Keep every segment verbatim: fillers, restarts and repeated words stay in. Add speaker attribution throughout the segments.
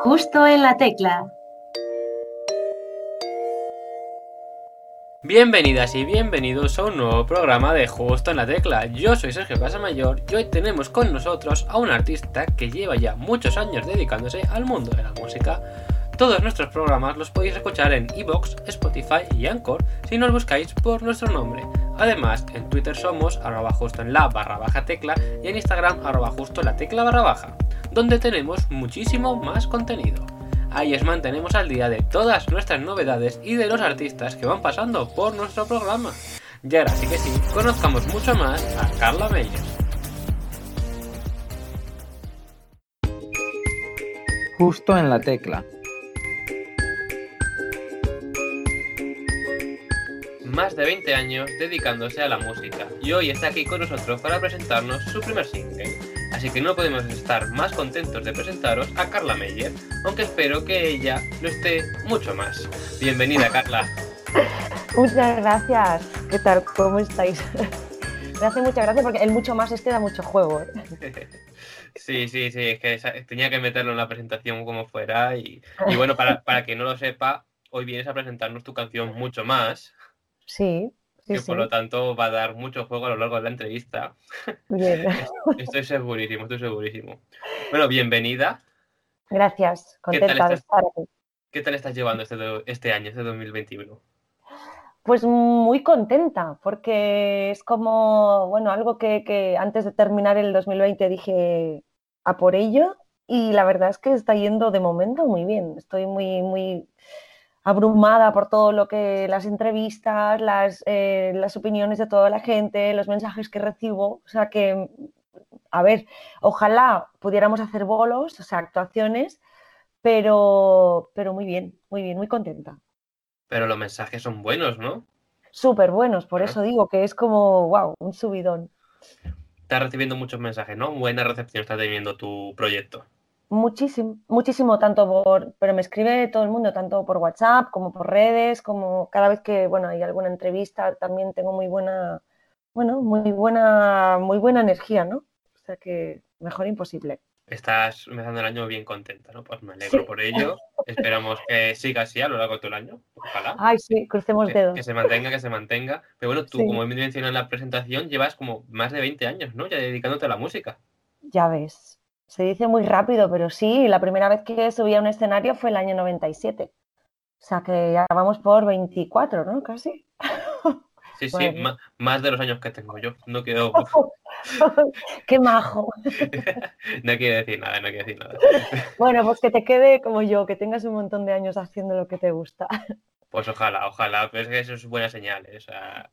Speaker 1: Justo en la tecla.
Speaker 2: Bienvenidas y bienvenidos a un nuevo programa de Justo en la Tecla. Yo soy Sergio Casamayor y hoy tenemos con nosotros a un artista que lleva ya muchos años dedicándose al mundo de la música. Todos nuestros programas los podéis escuchar en iVoox, Spotify y Anchor si nos buscáis por nuestro nombre. Además, en Twitter somos arroba justo en la barra baja tecla y en Instagram arroba justo la tecla barra baja, donde tenemos muchísimo más contenido. Ahí os mantenemos al día de todas nuestras novedades y de los artistas que van pasando por nuestro programa. Y ahora sí que sí, conozcamos mucho más a Carla Meyer.
Speaker 3: Justo en la tecla.
Speaker 2: Más de veinte años dedicándose a la música y hoy está aquí con nosotros para presentarnos su primer single. Así que no podemos estar más contentos de presentaros a Carla Meyer, aunque espero que ella lo esté mucho más. Bienvenida, Carla.
Speaker 4: Muchas gracias. ¿Qué tal? ¿Cómo estáis? Me hace mucha gracia porque el mucho más este da mucho juego, ¿eh?
Speaker 2: Sí, sí, sí, es que tenía que meterlo en la presentación como fuera y, y bueno, para, para que no lo sepa, hoy vienes a presentarnos tu canción Mucho Más.
Speaker 4: Sí, sí,
Speaker 2: que
Speaker 4: sí.
Speaker 2: por lo tanto va a dar mucho juego a lo largo de la entrevista.
Speaker 4: Bien.
Speaker 2: Estoy segurísimo, estoy segurísimo. Bueno, bienvenida.
Speaker 4: Gracias, contenta de estar aquí.
Speaker 2: ¿Qué tal estás llevando este, este año, este dos mil veintiuno?
Speaker 4: Pues muy contenta, porque es como, bueno, algo que, que antes de terminar el dos mil veinte dije a por ello y la verdad es que está yendo de momento muy bien. Estoy muy, muy abrumada por todo lo que las entrevistas, las, eh, las opiniones de toda la gente, los mensajes que recibo. O sea que, a ver, ojalá pudiéramos hacer bolos, o sea, actuaciones, pero, pero muy bien, muy bien, muy contenta.
Speaker 2: Pero los mensajes son buenos, ¿no?
Speaker 4: Súper buenos, por eso digo que es como, wow, un subidón.
Speaker 2: Estás recibiendo muchos mensajes, ¿no? Buena recepción está teniendo tu proyecto.
Speaker 4: Muchísimo, muchísimo, tanto por, pero me escribe todo el mundo, tanto por WhatsApp como por redes, como cada vez que, bueno, hay alguna entrevista, también tengo muy buena, bueno, muy buena, muy buena energía, ¿no? O sea que mejor imposible.
Speaker 2: Estás empezando el año bien contenta, ¿no? Pues me alegro
Speaker 4: Sí.
Speaker 2: por ello. Esperamos que siga así a lo largo de todo el año. Ojalá.
Speaker 4: Ay, sí, crucemos
Speaker 2: Que,
Speaker 4: dedos.
Speaker 2: que se mantenga, que se mantenga. Pero bueno, tú,
Speaker 4: Sí.
Speaker 2: como he mencionado en la presentación, llevas como más de veinte años, ¿no? Ya dedicándote a la música.
Speaker 4: Ya ves. Se dice muy rápido, pero sí, la primera vez que subí a un escenario fue el año noventa y siete. O sea que ya vamos por veinticuatro, ¿no? Casi.
Speaker 2: Sí, sí,
Speaker 4: Bueno.
Speaker 2: ma- más de los años que tengo yo. No quiero,
Speaker 4: ¡Qué majo!
Speaker 2: no quiero decir nada, no quiero decir nada.
Speaker 4: Bueno, pues que te quede como yo, que tengas un montón de años haciendo lo que te gusta.
Speaker 2: Pues ojalá, ojalá, pero es que eso es buena señal, ¿eh? O sea,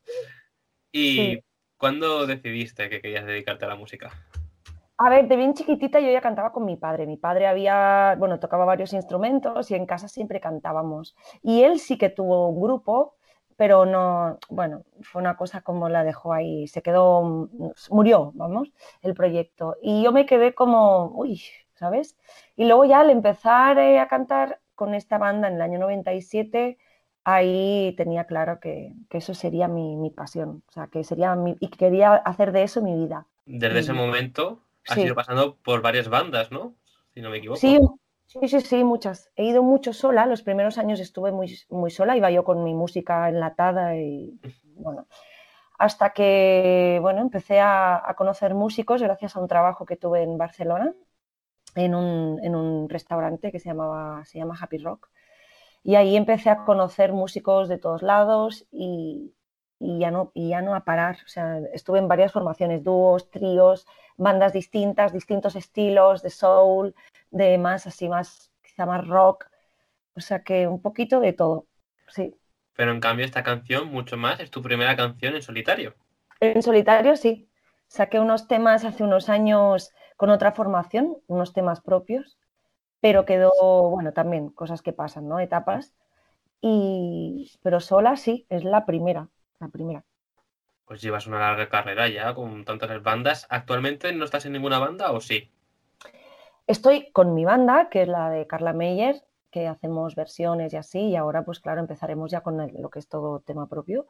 Speaker 4: Sí.
Speaker 2: ¿y cuándo decidiste que querías dedicarte a la música?
Speaker 4: A ver, de bien chiquitita yo ya cantaba con mi padre. Mi padre había, bueno, tocaba varios instrumentos y en casa siempre cantábamos. Y él sí que tuvo un grupo, pero no, bueno, fue una cosa como la dejó ahí, se quedó, murió, vamos, el proyecto. Y yo me quedé como, uy, ¿sabes? Y luego ya al empezar eh, a cantar con esta banda en el año noventa y siete, ahí tenía claro que, que eso sería mi, mi pasión, o sea, que sería mi, y quería hacer de eso mi vida.
Speaker 2: Desde ese
Speaker 4: vivir.
Speaker 2: momento has ido
Speaker 4: Sí,
Speaker 2: pasando por varias bandas, ¿no? Si no me
Speaker 4: sí,
Speaker 2: equivoco.
Speaker 4: sí, sí, sí, muchas. He ido mucho sola. Los primeros años estuve muy, muy sola, iba yo con mi música enlatada y bueno, hasta que bueno, empecé a, a conocer músicos gracias a un trabajo que tuve en Barcelona, en un, en un restaurante que se llamaba, se llama Happy Rock. Y ahí empecé a conocer músicos de todos lados y, y ya no, y ya no a parar. O sea, estuve en varias formaciones, dúos, tríos, bandas distintas, distintos estilos de soul, de más así, más, quizá más rock. O sea que un poquito de todo, sí.
Speaker 2: Pero en cambio esta canción, mucho más, es tu primera canción en solitario.
Speaker 4: En solitario sí. Saqué unos temas hace unos años con otra formación, unos temas propios, pero quedó, bueno, también cosas que pasan, ¿no? Etapas. Y, pero sola sí, es la primera, la primera.
Speaker 2: Pues llevas una larga carrera ya con tantas bandas. ¿Actualmente no estás en ninguna banda o sí?
Speaker 4: Estoy con mi banda, que es la de Carla Meyer, que hacemos versiones y así, y ahora pues claro, empezaremos ya con el, lo que es todo tema propio.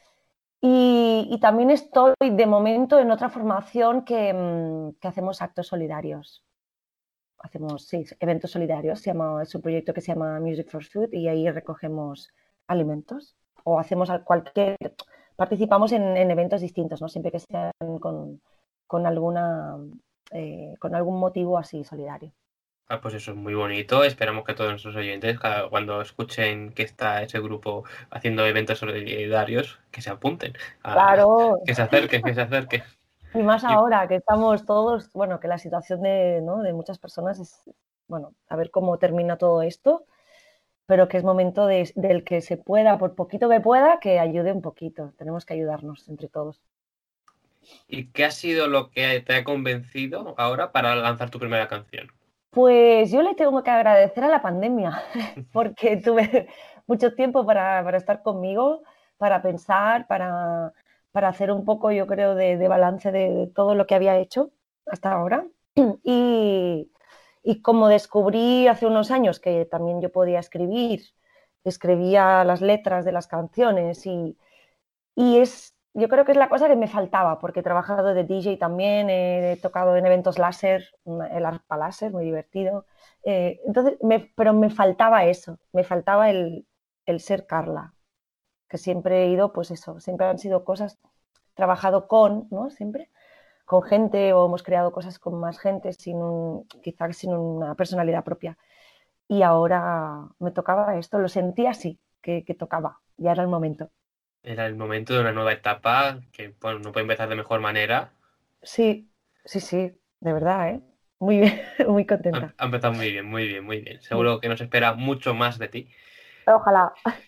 Speaker 4: Y, y, también estoy de momento en otra formación que, que hacemos actos solidarios. hacemos sí, eventos solidarios, se llama, es un proyecto que se llama Music for Food y ahí recogemos alimentos o hacemos cualquier, participamos en, en eventos distintos, ¿no? Siempre que sean con, con, alguna, eh, con algún motivo así solidario.
Speaker 2: Ah, pues eso es muy bonito. Esperamos que todos nuestros oyentes, cada, cuando escuchen que está ese grupo haciendo eventos solidarios, que se apunten. A,
Speaker 4: claro.
Speaker 2: Que se acerquen, que se acerquen.
Speaker 4: Y más ahora que estamos todos, bueno, que la situación de, ¿no? de muchas personas es, bueno, a ver cómo termina todo esto, pero que es momento de, del que se pueda, por poquito que pueda, que ayude un poquito. Tenemos que ayudarnos entre todos.
Speaker 2: ¿Y qué ha sido lo que te ha convencido ahora para lanzar tu primera canción?
Speaker 4: Pues yo le tengo que agradecer a la pandemia, porque tuve mucho tiempo para, para estar conmigo, para pensar, para, para hacer un poco, yo creo, de, de balance de, de todo lo que había hecho hasta ahora. Y, y como descubrí hace unos años que también yo podía escribir, escribía las letras de las canciones y, y es... Yo creo que es la cosa que me faltaba, porque he trabajado de D J también, he tocado en eventos láser, el arpa láser, muy divertido. Eh, entonces, me, pero me faltaba eso, me faltaba el, el ser Carla, que siempre he ido, pues eso, siempre han sido cosas, trabajado con, ¿no? Siempre, con gente o hemos creado cosas con más gente, sin un, quizás sin una personalidad propia. Y ahora me tocaba esto, lo sentía así, que, que tocaba, ya era el momento.
Speaker 2: Era el momento de una nueva etapa que, bueno, no puede empezar de mejor manera.
Speaker 4: Sí, sí, sí, de verdad, ¿eh? Muy bien, muy contenta.
Speaker 2: Ha, ha empezado muy bien, muy bien, muy bien. Seguro que nos espera mucho más de ti.
Speaker 4: Ojalá.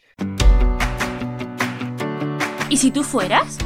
Speaker 1: ¿Y si tú fueras?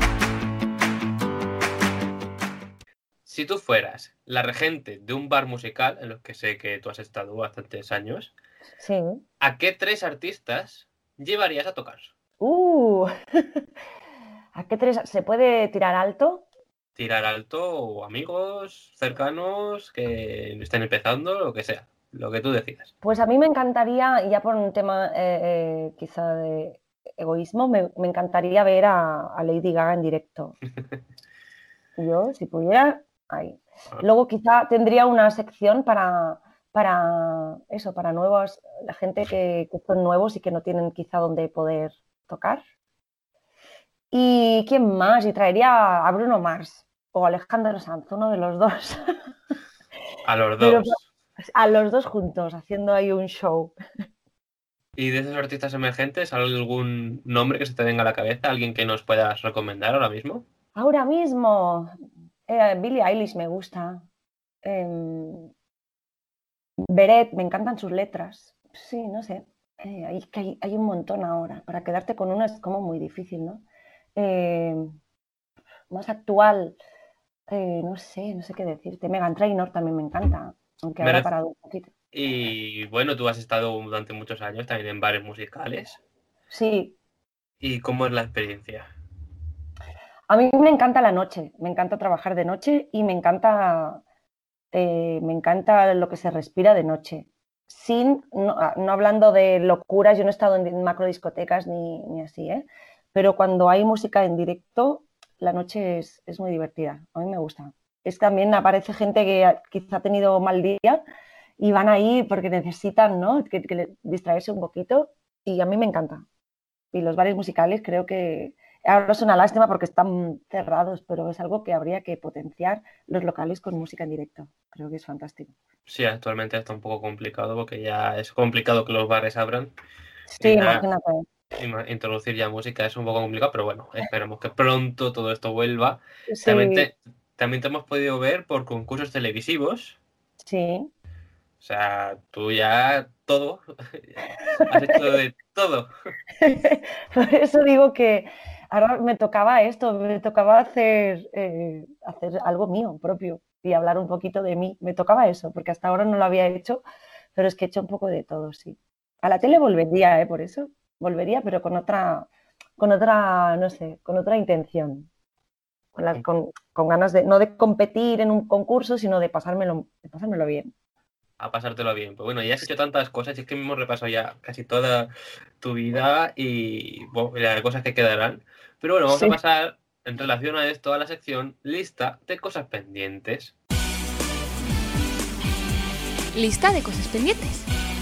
Speaker 2: Si tú fueras la regente de un bar musical, en los que sé que tú has estado bastantes años,
Speaker 4: sí.
Speaker 2: ¿A qué tres artistas llevarías a tocar?
Speaker 4: Uh, ¿A qué tres? ¿Se puede tirar alto?
Speaker 2: Tirar alto o amigos cercanos que estén empezando, lo que sea, lo que tú decidas.
Speaker 4: Pues a mí me encantaría, ya por un tema eh, eh, quizá de egoísmo, me, me encantaría ver a, a Lady Gaga en directo. Yo, si pudiera, ahí. Ah. Luego quizá tendría una sección para, para eso, para nuevos, la gente que, que son nuevos y que no tienen quizá donde poder tocar. ¿Y quién más? Y traería a Bruno Mars o a Alejandro Sanz, uno de los dos.
Speaker 2: A los dos.
Speaker 4: Pero, a los dos juntos, haciendo ahí un show.
Speaker 2: ¿Y de esos artistas emergentes, algún nombre que se te venga a la cabeza? ¿Alguien que nos puedas recomendar ahora mismo?
Speaker 4: Ahora mismo, eh, Billie Eilish me gusta. Eh, Beret, me encantan sus letras. Sí, no sé. Eh, hay, hay, hay un montón ahora. Para quedarte con una es como muy difícil, ¿no? Eh, más actual, eh, no sé, no sé qué decirte. Meghan Trainor también me encanta, aunque ahora ha parado un poquito.
Speaker 2: Y bueno, tú has estado durante muchos años también en bares musicales.
Speaker 4: Sí.
Speaker 2: ¿Y cómo es la experiencia?
Speaker 4: A mí me encanta la noche, me encanta trabajar de noche y me encanta, eh, me encanta lo que se respira de noche. Sin, no, no hablando de locuras, yo no he estado en macro discotecas ni, ni así, ¿eh? Pero cuando hay música en directo, la noche es, es muy divertida, a mí me gusta. Es también aparece gente que quizá ha tenido mal día y van ahí porque necesitan, ¿no? que, que distraerse un poquito y a mí me encanta. Y los bares musicales creo que ahora es una lástima porque están cerrados, pero es algo que habría que potenciar, los locales con música en directo. Creo que es fantástico.
Speaker 2: Sí, actualmente está un poco complicado porque ya es complicado que los bares abran.
Speaker 4: Sí, imagínate.
Speaker 2: Introducir ya música es un poco complicado, pero bueno, esperemos que pronto todo esto vuelva.
Speaker 4: Sí.
Speaker 2: También, te, también te hemos podido ver por concursos televisivos.
Speaker 4: Sí.
Speaker 2: O sea, tú ya todo, has hecho de todo.
Speaker 4: Por eso digo que ahora me tocaba esto, me tocaba hacer, eh, hacer algo mío propio y hablar un poquito de mí. Me tocaba eso, porque hasta ahora no lo había hecho, pero es que he hecho un poco de todo, sí. A la tele volvería, ¿eh? Por eso volvería, pero con otra, con otra, no sé, con otra intención. Con, la, con, con ganas de, no de competir en un concurso, sino de pasármelo, de pasármelo bien.
Speaker 2: A pasártelo bien. Pues bueno, ya has hecho tantas cosas y es que hemos repasado ya casi toda tu vida y bueno, las cosas que quedarán. Pero bueno, vamos sí. a pasar en relación a esto a la sección lista de cosas pendientes.
Speaker 1: lista de cosas pendientes.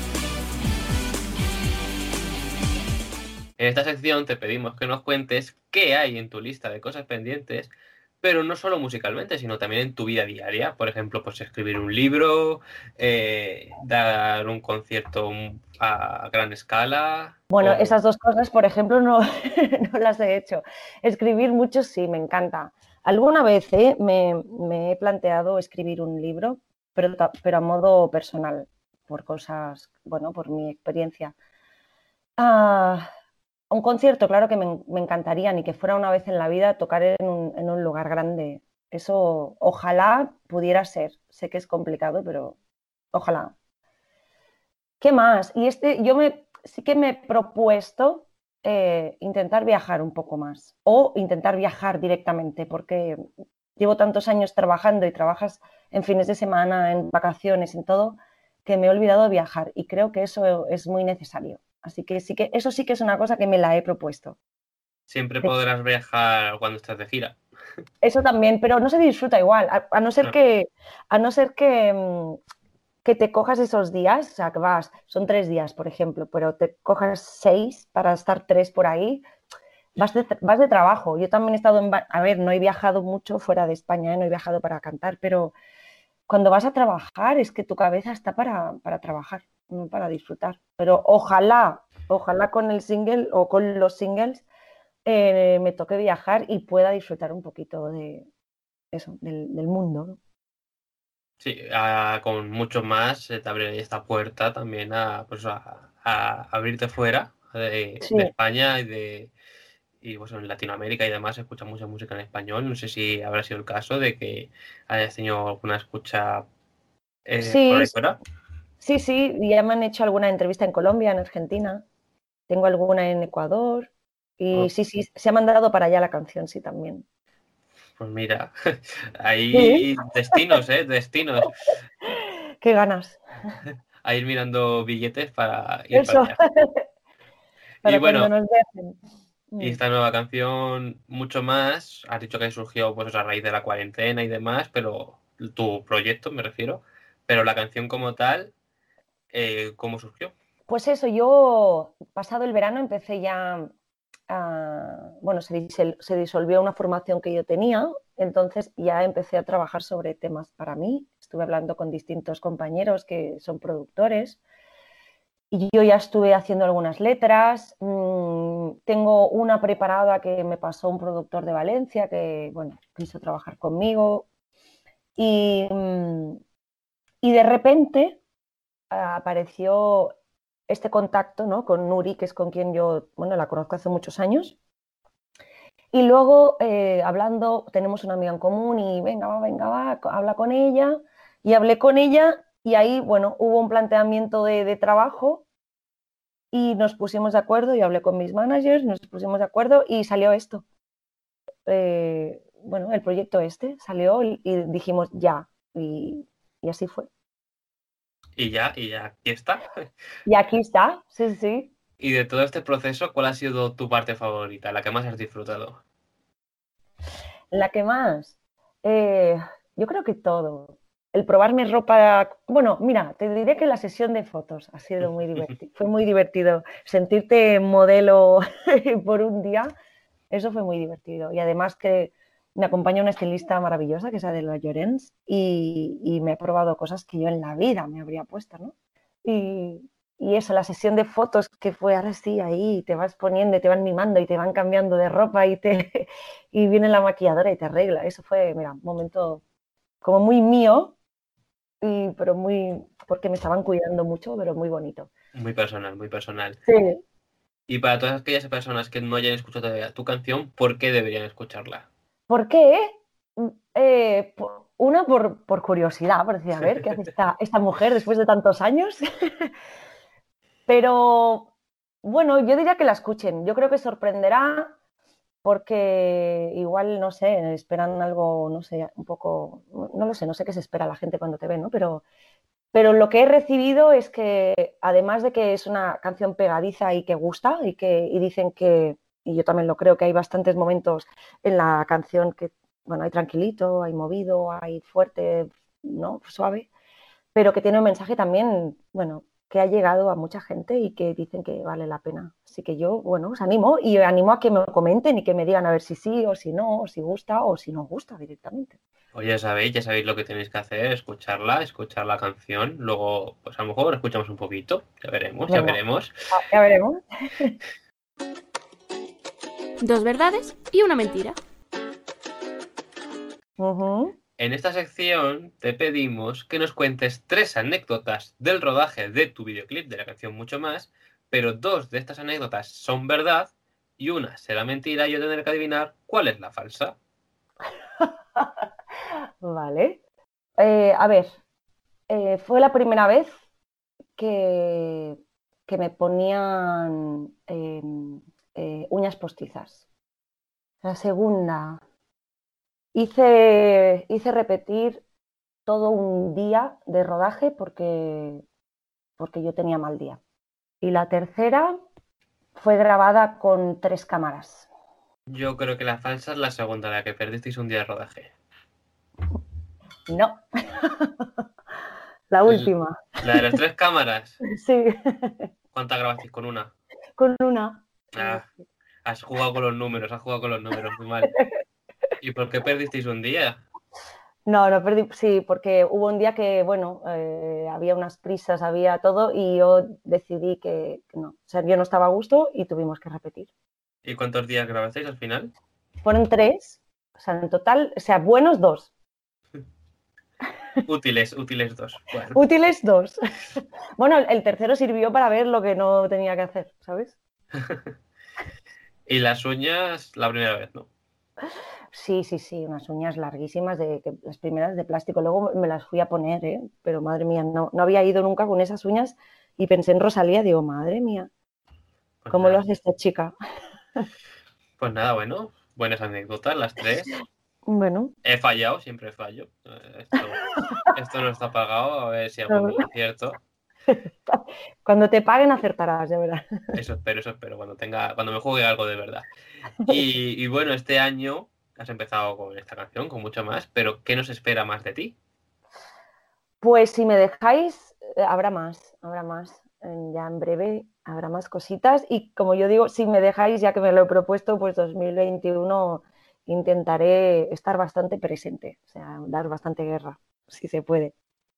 Speaker 2: En esta sección te pedimos que nos cuentes qué hay en tu lista de cosas pendientes, pero no solo musicalmente, sino también en tu vida diaria. Por ejemplo, pues escribir un libro, eh, dar un concierto a gran escala.
Speaker 4: Bueno,
Speaker 2: o...
Speaker 4: esas dos cosas, por ejemplo, no, no las he hecho. Escribir mucho sí, me encanta. Alguna vez eh, me, me he planteado escribir un libro, pero, pero a modo personal, por cosas, bueno, por mi experiencia. Ah, un concierto, claro que me, me encantaría, ni que fuera una vez en la vida, tocar en un, en un lugar grande. Eso ojalá pudiera ser. Sé que es complicado, pero ojalá. ¿Qué más? Y este, yo me, sí que me he propuesto eh, intentar viajar un poco más o intentar viajar directamente, porque llevo tantos años trabajando y trabajas en fines de semana, en vacaciones, en todo, que me he olvidado de viajar y creo que eso es muy necesario. Así que sí que eso sí que es una cosa que me la he propuesto.
Speaker 2: Siempre podrás viajar cuando estás de gira.
Speaker 4: Eso también, pero no se disfruta igual, a, a no ser claro. que, a no ser que, que te cojas esos días, o sea, que vas, son tres días, por ejemplo, pero te cojas seis para estar tres por ahí, vas de, vas de trabajo. Yo también he estado en, a ver, no he viajado mucho fuera de España, ¿eh? No he viajado para cantar, pero cuando vas a trabajar es que tu cabeza está para, para trabajar, no para disfrutar. Pero ojalá, ojalá con el single o con los singles eh, me toque viajar y pueda disfrutar un poquito de eso, del, del mundo, ¿no?
Speaker 2: Sí, a, con mucho más se te abre esta puerta también a, pues a, a abrirte fuera de, sí. de España y de y pues en Latinoamérica y demás se escucha mucha música en español. No sé si habrá sido el caso de que hayas tenido alguna escucha eh,
Speaker 4: sí,
Speaker 2: por ahí fuera.
Speaker 4: Sí, sí, ya me han hecho alguna entrevista en Colombia, en Argentina, tengo alguna en Ecuador y oh. sí, sí, se ha mandado para allá la canción, sí, también.
Speaker 2: Pues mira, ahí ¿sí? destinos, ¿eh? Destinos.
Speaker 4: Qué ganas.
Speaker 2: A ir mirando billetes para ir
Speaker 4: Eso.
Speaker 2: para allá.
Speaker 4: Para
Speaker 2: y bueno,
Speaker 4: cuando nos dejen.
Speaker 2: Y esta nueva canción, mucho más, has dicho que surgió pues, a raíz de la cuarentena y demás, pero tu proyecto me refiero, pero la canción como tal, eh, ¿cómo surgió?
Speaker 4: Pues eso, yo pasado el verano empecé ya, a, bueno, se, se disolvió una formación que yo tenía, entonces ya empecé a trabajar sobre temas para mí, estuve hablando con distintos compañeros que son productores, y yo ya estuve haciendo algunas letras, mmm, tengo una preparada que me pasó un productor de Valencia que, bueno, quiso trabajar conmigo y, mmm, y de repente uh, apareció este contacto, ¿no? Con Nuri, que es con quien yo, bueno, la conozco hace muchos años. Y luego, eh, hablando, tenemos una amiga en común y venga, va, venga, va, habla con ella. Y hablé con ella y ahí, bueno, hubo un planteamiento de, de trabajo y nos pusimos de acuerdo, y hablé con mis managers, nos pusimos de acuerdo y salió esto. Eh, bueno, el proyecto este salió y, y dijimos ya, y, y así fue.
Speaker 2: Y ya, y ya aquí está.
Speaker 4: Y aquí está, sí, sí.
Speaker 2: Y de todo este proceso, ¿cuál ha sido tu parte favorita, la que más has disfrutado?
Speaker 4: La que más, eh, yo creo que todo. El probarme ropa, bueno, mira, te diré que la sesión de fotos ha sido muy divertido. Fue muy divertido sentirte modelo por un día, eso fue muy divertido. Y además que me acompaña una estilista maravillosa, que es Adela Llorens, y, y me ha probado cosas que yo en la vida me habría puesto, ¿no? Y, y eso, la sesión de fotos que fue ahora sí, ahí te vas poniendo y te van mimando y te van cambiando de ropa y, te, y viene la maquilladora y te arregla. Eso fue, mira, un momento como muy mío, y, pero muy, porque me estaban cuidando mucho, pero muy bonito.
Speaker 2: Muy personal, muy personal.
Speaker 4: Sí.
Speaker 2: Y para todas aquellas personas que no hayan escuchado todavía tu canción, ¿por qué deberían escucharla?
Speaker 4: ¿Por qué? Eh, por, una, por, por curiosidad, por decir, a ver, ¿qué hace esta, esta mujer después de tantos años? Pero, bueno, yo diría que la escuchen. Yo creo que sorprenderá porque igual, no sé, esperan algo, no sé, un poco, no lo sé, no sé qué se espera la gente cuando te ve, ¿no? Pero, pero lo que he recibido es que, además de que es una canción pegadiza y que gusta, y que y dicen que, y yo también lo creo, que hay bastantes momentos en la canción que, bueno, hay tranquilito, hay movido, hay fuerte, ¿no? Suave. pero que tiene un mensaje también, bueno, que ha llegado a mucha gente y que dicen que vale la pena. Así que yo, bueno, os animo y animo a que me lo comenten y que me digan a ver si sí o si no, o si gusta o si no gusta directamente.
Speaker 2: Oye, ya sabéis, ya sabéis lo que tenéis que hacer, escucharla, escuchar la canción, luego, pues a lo mejor escuchamos un poquito, ya veremos, ya
Speaker 4: Venga.
Speaker 2: veremos.
Speaker 4: Ya veremos.
Speaker 1: Dos verdades y una mentira.
Speaker 4: Uh-huh.
Speaker 2: En esta sección te pedimos que nos cuentes tres anécdotas del rodaje de tu videoclip de la canción Mucho Más, pero dos de estas anécdotas son verdad y una será mentira y yo tendré que adivinar cuál es la falsa.
Speaker 4: Vale. Eh, a ver, eh, fue la primera vez que, que me ponían eh, eh, uñas postizas. La segunda, hice, hice repetir todo un día de rodaje porque, porque yo tenía mal día. Y la tercera fue grabada con tres cámaras.
Speaker 2: Yo creo que la falsa es la segunda, la que perdisteis un día de rodaje.
Speaker 4: No. La última.
Speaker 2: ¿La de las tres cámaras?
Speaker 4: Sí.
Speaker 2: ¿Cuántas grabasteis con una?
Speaker 4: Con una.
Speaker 2: Ah, has jugado con los números, has jugado con los números, muy mal. ¿Y por qué perdisteis un día?
Speaker 4: No, no perdí, sí, porque hubo un día que, bueno, eh, había unas prisas, había todo y yo decidí que, que no. O sea, yo no estaba a gusto y tuvimos que repetir.
Speaker 2: ¿Y cuántos días grabasteis al final?
Speaker 4: Fueron tres, o sea, en total, o sea, buenos dos.
Speaker 2: Útiles, útiles dos. Bueno.
Speaker 4: Útiles dos. Bueno, el tercero sirvió para ver lo que no tenía que hacer, ¿sabes?
Speaker 2: Y las uñas la primera vez, ¿no?
Speaker 4: Sí, sí, sí, unas uñas larguísimas, de, que, las primeras de plástico. Luego me las fui a poner, ¿eh? Pero madre mía, no, no había ido nunca con esas uñas y pensé en Rosalía, digo, madre mía,
Speaker 2: Pues
Speaker 4: ¿cómo
Speaker 2: nada.
Speaker 4: lo hace esta chica?
Speaker 2: Pues nada, bueno, buenas anécdotas, las tres.
Speaker 4: Bueno.
Speaker 2: He fallado, siempre fallo. Esto, esto no está pagado, a ver si algún día acierto.
Speaker 4: Cuando te paguen acertarás, de verdad.
Speaker 2: Eso espero, eso espero, cuando tenga, cuando me juegue algo de verdad. Y, y bueno, este año has empezado con esta canción, con mucho más, pero ¿qué nos espera más de ti?
Speaker 4: Pues si me dejáis, habrá más, habrá más. Ya en breve habrá más cositas y como yo digo, si me dejáis, ya que me lo he propuesto, pues dos mil veintiuno intentaré estar bastante presente, o sea, dar bastante guerra, si se puede.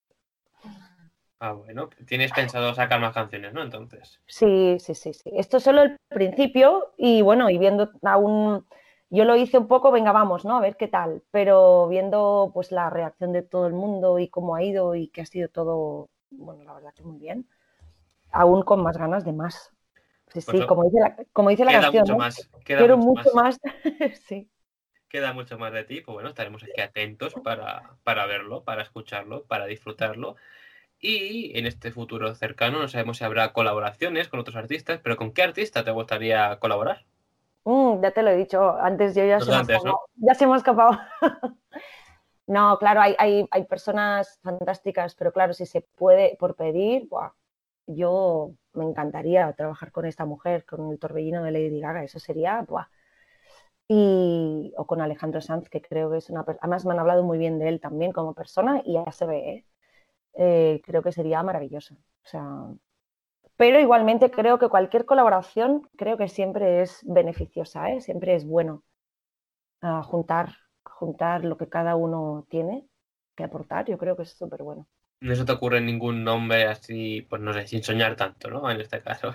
Speaker 2: Ah, bueno, tienes pensado sacar más canciones, ¿no? Entonces.
Speaker 4: Sí, sí, sí, sí. Esto es solo el principio y bueno, y viendo aún, yo lo hice un poco, venga, vamos, ¿no? A ver qué tal, pero viendo pues la reacción de todo el mundo y cómo ha ido y que ha sido todo, bueno, la verdad que muy bien, aún con más ganas de más. Sí,
Speaker 2: Pues
Speaker 4: sí, como dice la, como dice la
Speaker 2: queda
Speaker 4: canción,
Speaker 2: mucho
Speaker 4: ¿no?
Speaker 2: más, queda
Speaker 4: Quiero
Speaker 2: mucho
Speaker 4: mucho
Speaker 2: más.
Speaker 4: más. Sí.
Speaker 2: Queda mucho más de ti, pues bueno, estaremos aquí atentos para, para verlo, para escucharlo, para disfrutarlo. Y en este futuro cercano no sabemos si habrá colaboraciones con otros artistas, pero ¿con qué artista te gustaría colaborar?
Speaker 4: Mm, ya te lo he dicho, antes yo ya
Speaker 2: Los
Speaker 4: se me ha
Speaker 2: antes,
Speaker 4: escapado.
Speaker 2: ¿no?
Speaker 4: Ya se me ha escapado. No, claro, hay, hay, hay personas fantásticas, pero claro, si se puede por pedir, ¡buah! Yo me encantaría trabajar con esta mujer, con el torbellino de Lady Gaga, eso sería, ¡buah! Y, o con Alejandro Sanz, que creo que es una persona, además me han hablado muy bien de él también como persona y ya se ve, ¿eh? Eh, creo que sería maravilloso. O sea, pero igualmente creo que cualquier colaboración creo que siempre es beneficiosa, ¿eh? Siempre es bueno uh, juntar, juntar lo que cada uno tiene que aportar. Yo creo que es súper bueno.
Speaker 2: No se te ocurre ningún nombre así, pues no sé, sin soñar tanto, ¿no? En este caso.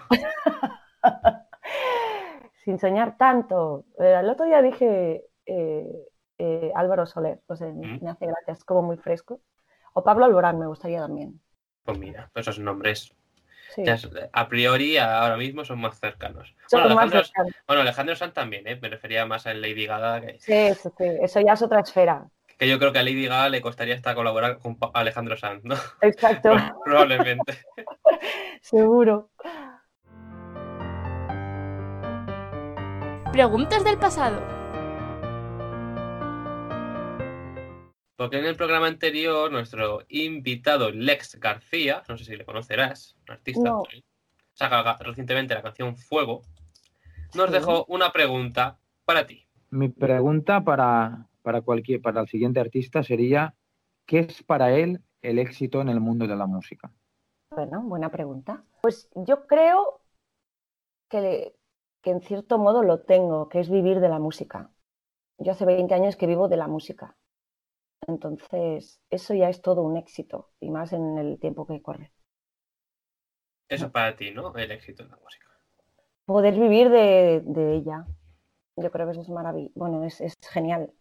Speaker 4: Sin soñar tanto. Eh, el otro día dije eh, eh, Álvaro Soler, no sé, ¿Mm? Me hace gracia, es como muy fresco. O Pablo Alborán me gustaría también.
Speaker 2: Pues mira, esos nombres
Speaker 4: sí.
Speaker 2: ya, a priori ahora mismo son más cercanos.
Speaker 4: Son
Speaker 2: bueno,
Speaker 4: más
Speaker 2: Alejandro,
Speaker 4: cercanos.
Speaker 2: bueno, Alejandro Sanz también, ¿eh? Me refería más a Lady Gaga. Que...
Speaker 4: Sí, eso, sí, eso ya es otra esfera.
Speaker 2: Que yo creo que a Lady Gaga le costaría hasta colaborar con Alejandro Sanz, ¿no?
Speaker 4: Exacto.
Speaker 2: Probablemente.
Speaker 4: Seguro.
Speaker 1: Preguntas del pasado.
Speaker 2: Porque en el programa anterior, nuestro invitado Lex García, no sé si le conocerás, un artista,
Speaker 4: no.
Speaker 2: saca recientemente la canción Fuego, nos
Speaker 4: sí.
Speaker 2: dejó una pregunta para ti.
Speaker 3: Mi pregunta para, para, cualquier, para el siguiente artista sería, ¿qué es para él el éxito en el mundo de la música?
Speaker 4: Bueno, buena pregunta. Pues yo creo que, que en cierto modo lo tengo, que es vivir de la música. Yo hace veinte años que vivo de la música. Entonces, eso ya es todo un éxito, y más en el tiempo que corre.
Speaker 2: Eso es para ti, ¿no? El éxito en la música.
Speaker 4: Poder vivir de, de ella. Yo creo que eso es maravilloso. Bueno, es, es genial.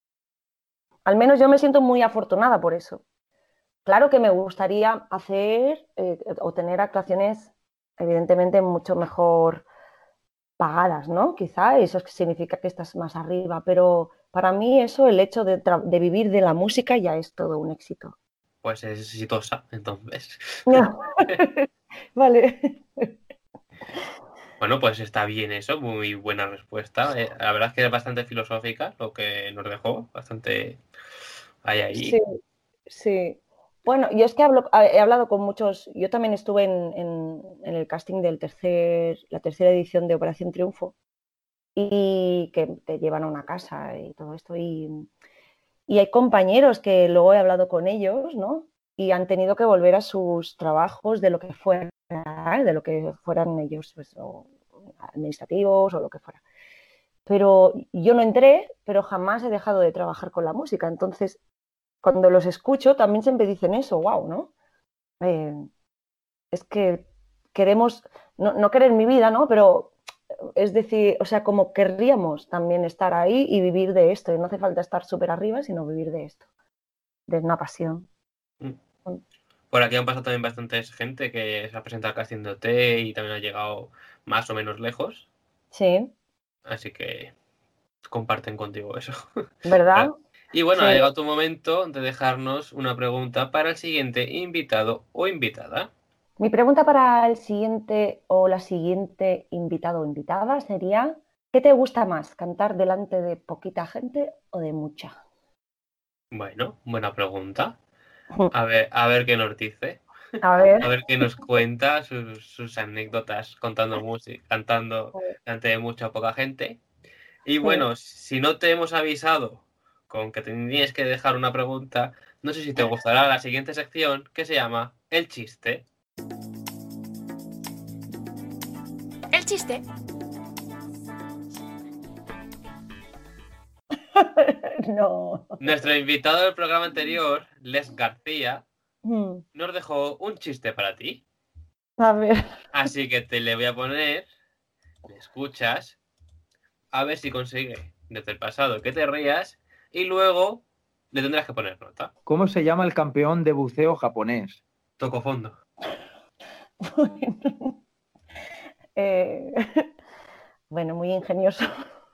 Speaker 4: Al menos yo me siento muy afortunada por eso. Claro que me gustaría hacer eh, o tener actuaciones, evidentemente, mucho mejor pagadas, ¿no? Quizá eso significa que estás más arriba, pero para mí eso, el hecho de, de vivir de la música ya es todo un éxito.
Speaker 2: Pues es exitosa, entonces.
Speaker 4: No. Vale.
Speaker 2: Bueno, pues está bien eso, muy buena respuesta. Eh, la verdad es que es bastante filosófica lo que nos dejó, bastante ahí ahí.
Speaker 4: Sí, sí. Bueno, yo es que hablo, he hablado con muchos, yo también estuve en, en, en el casting del tercer, la tercera edición de Operación Triunfo, y que te llevan a una casa y todo esto, y, y hay compañeros que luego he hablado con ellos, ¿no? Y han tenido que volver a sus trabajos de lo que fuera, de lo que fueran ellos, pues, o administrativos o lo que fuera. Pero yo no entré, pero jamás he dejado de trabajar con la música. Entonces, cuando los escucho, también siempre dicen eso, wow, ¿no? Eh, es que queremos, no, no querer mi vida, ¿no? Pero es decir, o sea, como querríamos también estar ahí y vivir de esto. Y no hace falta estar súper arriba, sino vivir de esto, de una pasión.
Speaker 2: Por aquí han pasado también bastante gente que se ha presentado al casting de O T y también ha llegado más o menos lejos.
Speaker 4: Sí.
Speaker 2: Así que comparten contigo eso.
Speaker 4: ¿Verdad?
Speaker 2: Y bueno,
Speaker 4: Sí.
Speaker 2: ha llegado tu momento de dejarnos una pregunta para el siguiente invitado o invitada.
Speaker 4: Mi pregunta para el siguiente o la siguiente invitado o invitada sería: ¿qué te gusta más, cantar delante de poquita gente o de mucha?
Speaker 2: Bueno, buena pregunta. A ver, a ver qué nos dice.
Speaker 4: A ver.
Speaker 2: A ver qué nos cuenta sus, sus anécdotas contando música, cantando delante de mucha o poca gente. Y bueno, si no te hemos avisado con que tenías que dejar una pregunta, no sé si te gustará la siguiente sección que se llama El Chiste.
Speaker 1: El chiste.
Speaker 4: No.
Speaker 2: Nuestro invitado del programa anterior, Les García,
Speaker 4: Mm.
Speaker 2: nos dejó un chiste para ti.
Speaker 4: A ver.
Speaker 2: Así que te le voy a poner, le escuchas, a ver si consigue desde el pasado que te rías y luego le tendrás que poner nota.
Speaker 3: ¿Cómo se llama el campeón de buceo japonés?
Speaker 2: Toco fondo.
Speaker 4: Bueno, eh, bueno, muy ingenioso.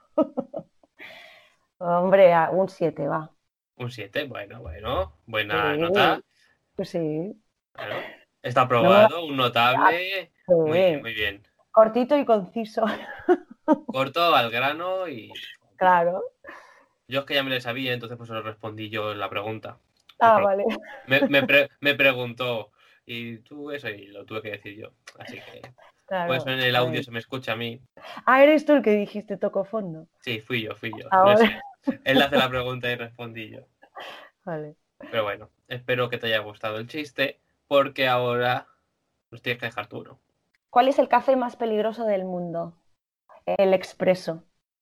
Speaker 4: Hombre, a un siete va.
Speaker 2: Un siete, bueno, bueno, buena
Speaker 4: Sí,
Speaker 2: nota.
Speaker 4: pues sí.
Speaker 2: Claro. Está aprobado, un notable. Muy bien, muy bien.
Speaker 4: Cortito y conciso.
Speaker 2: Corto, al grano y...
Speaker 4: Claro.
Speaker 2: Yo es que ya me lo sabía, entonces pues lo respondí yo en la pregunta.
Speaker 4: Ah,
Speaker 2: me,
Speaker 4: vale.
Speaker 2: Me, me, pre, me preguntó, y tú eso, y lo tuve que decir yo. Así que...
Speaker 4: Claro,
Speaker 2: por eso en el audio se me escucha a mí.
Speaker 4: Ah, ¿eres tú el que dijiste toco fondo?
Speaker 2: Sí, fui yo, fui yo.
Speaker 4: Ah,
Speaker 2: No
Speaker 4: vale.
Speaker 2: sé. Él hace la pregunta y respondí yo.
Speaker 4: Vale.
Speaker 2: Pero bueno, espero que te haya gustado el chiste, porque ahora nos tienes que dejar tú, ¿no?
Speaker 4: ¿Cuál es el café más peligroso del mundo? El expreso.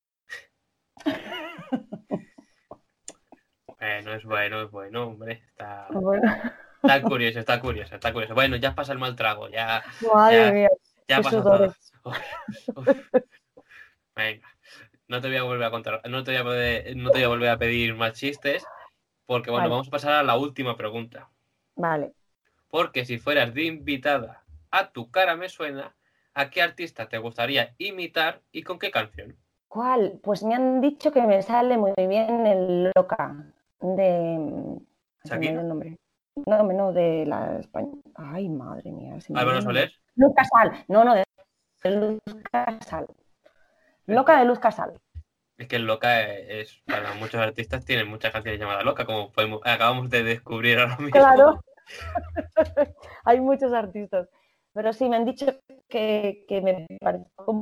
Speaker 2: Bueno, es bueno, es bueno, hombre. Está,
Speaker 4: Bueno.
Speaker 2: está curioso, está curioso, está curioso. Bueno, ya pasa el mal trago, ya.
Speaker 4: Madre
Speaker 2: ya,
Speaker 4: mía.
Speaker 2: Ya
Speaker 4: qué
Speaker 2: pasa
Speaker 4: sudores.
Speaker 2: todo. Uf, uf. Venga, no te voy a volver a contar, no te voy a, poder, no te voy a volver a pedir más chistes, porque bueno,
Speaker 4: Vale.
Speaker 2: vamos a pasar a la última pregunta.
Speaker 4: Vale.
Speaker 2: Porque si fueras de invitada a Tu cara me suena, ¿a qué artista te gustaría imitar y con qué canción?
Speaker 4: ¿Cuál? Pues me han dicho que me sale muy bien el Loca de... Se me olvidó el nombre. No, no, de la España. Ay, madre mía. Se me
Speaker 2: ¿Álvaro
Speaker 4: olvidó el
Speaker 2: Soler?
Speaker 4: Luz Casal. No, no, de Luz Casal. Loca de Luz Casal.
Speaker 2: Es que el Loca es, para muchos artistas, tienen muchas canciones llamadas Loca, como podemos, acabamos de descubrir ahora mismo.
Speaker 4: Claro. Hay muchos artistas. Pero sí, me han dicho que, que me parezco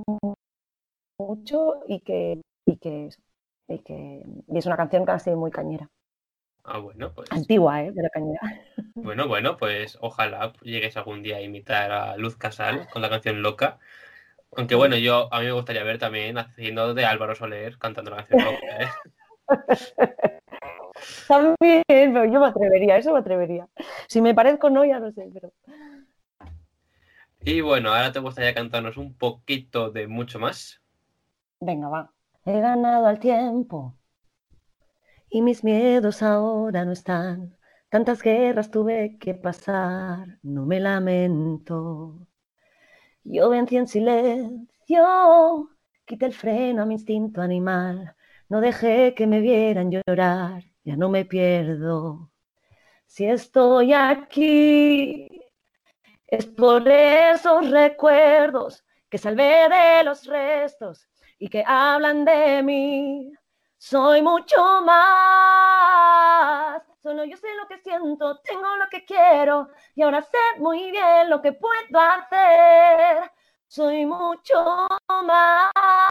Speaker 4: mucho y que, y que, y que y es una canción casi muy cañera.
Speaker 2: Ah, bueno, pues.
Speaker 4: Antigua, ¿eh? De la cañera.
Speaker 2: Bueno, bueno, pues ojalá llegues algún día a imitar a Luz Casal con la canción Loca. Aunque bueno, yo a mí me gustaría ver también haciendo de Álvaro Soler cantando la canción Loca, ¿eh?
Speaker 4: También, pero yo me atrevería, eso me atrevería. Si me parezco no, ya no sé, pero...
Speaker 2: Y bueno, ahora te gustaría cantarnos un poquito de mucho más.
Speaker 4: Venga, va. He ganado al tiempo y mis miedos ahora no están. Tantas guerras tuve que pasar, no me lamento. Yo vencí en silencio, quité el freno a mi instinto animal. No dejé que me vieran llorar, ya no me pierdo. Si estoy aquí, es por esos recuerdos que salvé de los restos y que hablan de mí. Soy mucho más, solo yo sé lo que siento, tengo lo que quiero y ahora sé muy bien lo que puedo hacer. Soy mucho más,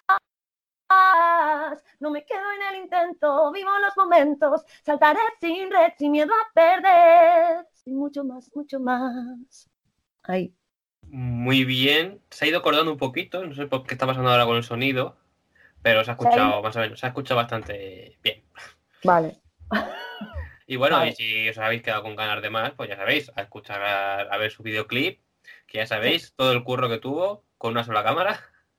Speaker 4: no me quedo en el intento, vivo los momentos, saltaré sin red, sin miedo a perder. Soy mucho más, mucho más. Ahí.
Speaker 2: Muy bien, se ha ido acordando un poquito, no sé por qué está pasando ahora con el sonido, pero se ha escuchado
Speaker 4: ¿Sí?
Speaker 2: más o menos, se ha escuchado bastante bien.
Speaker 4: Vale.
Speaker 2: Y bueno,
Speaker 4: Vale.
Speaker 2: y si os habéis quedado con ganas de más, pues ya sabéis, a escuchar, a, a ver su videoclip, que ya sabéis, sí, todo el curro que tuvo con una sola cámara.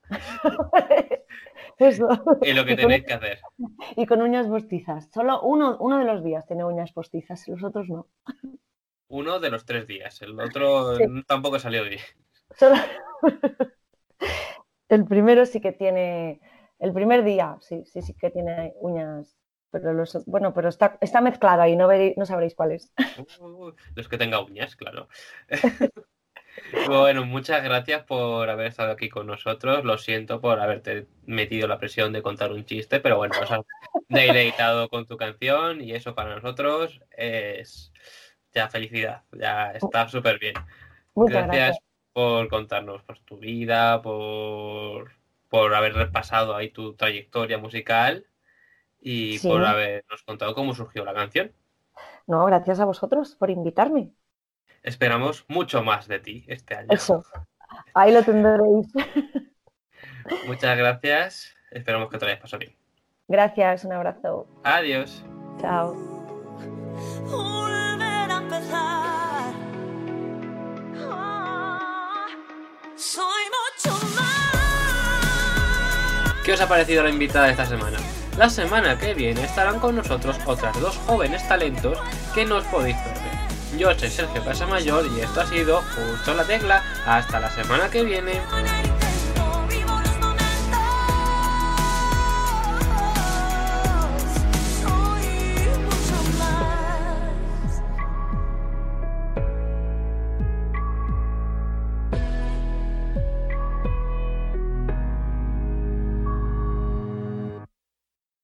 Speaker 4: Eso.
Speaker 2: Y lo que
Speaker 4: y
Speaker 2: tenéis
Speaker 4: con,
Speaker 2: que hacer.
Speaker 4: Y con uñas postizas. Solo uno, uno de los días tiene uñas postizas, los otros no.
Speaker 2: Uno de los tres días, el otro sí, tampoco salió bien.
Speaker 4: Solo... El primero sí que tiene, el primer día sí, sí, sí que tiene uñas, pero los, bueno, pero está, está mezclado ahí, no, veréis, no sabréis cuál es.
Speaker 2: Uh, los que tenga uñas, claro. Bueno, muchas gracias por haber estado aquí con nosotros. Lo siento por haberte metido la presión de contar un chiste, pero bueno, nos has deleitado con tu canción y eso para nosotros es ya felicidad, ya está súper bien.
Speaker 4: Muchas
Speaker 2: Gracias,
Speaker 4: gracias
Speaker 2: por contarnos por tu vida, por, por haber repasado ahí tu trayectoria musical y sí, por habernos contado cómo surgió la canción.
Speaker 4: No, gracias a vosotros por invitarme.
Speaker 2: Esperamos mucho más de ti este año.
Speaker 4: Eso, ahí lo tendréis.
Speaker 2: Muchas gracias, esperamos que te lo hayas pasado bien.
Speaker 4: Gracias, un abrazo.
Speaker 2: Adiós.
Speaker 4: Chao.
Speaker 5: Volver a empezar. Oh, soy mucho más.
Speaker 2: ¿Qué os ha parecido la invitada de esta semana? La semana que viene estarán con nosotros otras dos jóvenes talentos que no os podéis perder. Yo soy Sergio Casamayor y esto ha sido Justo en la Tecla. Hasta la semana que viene.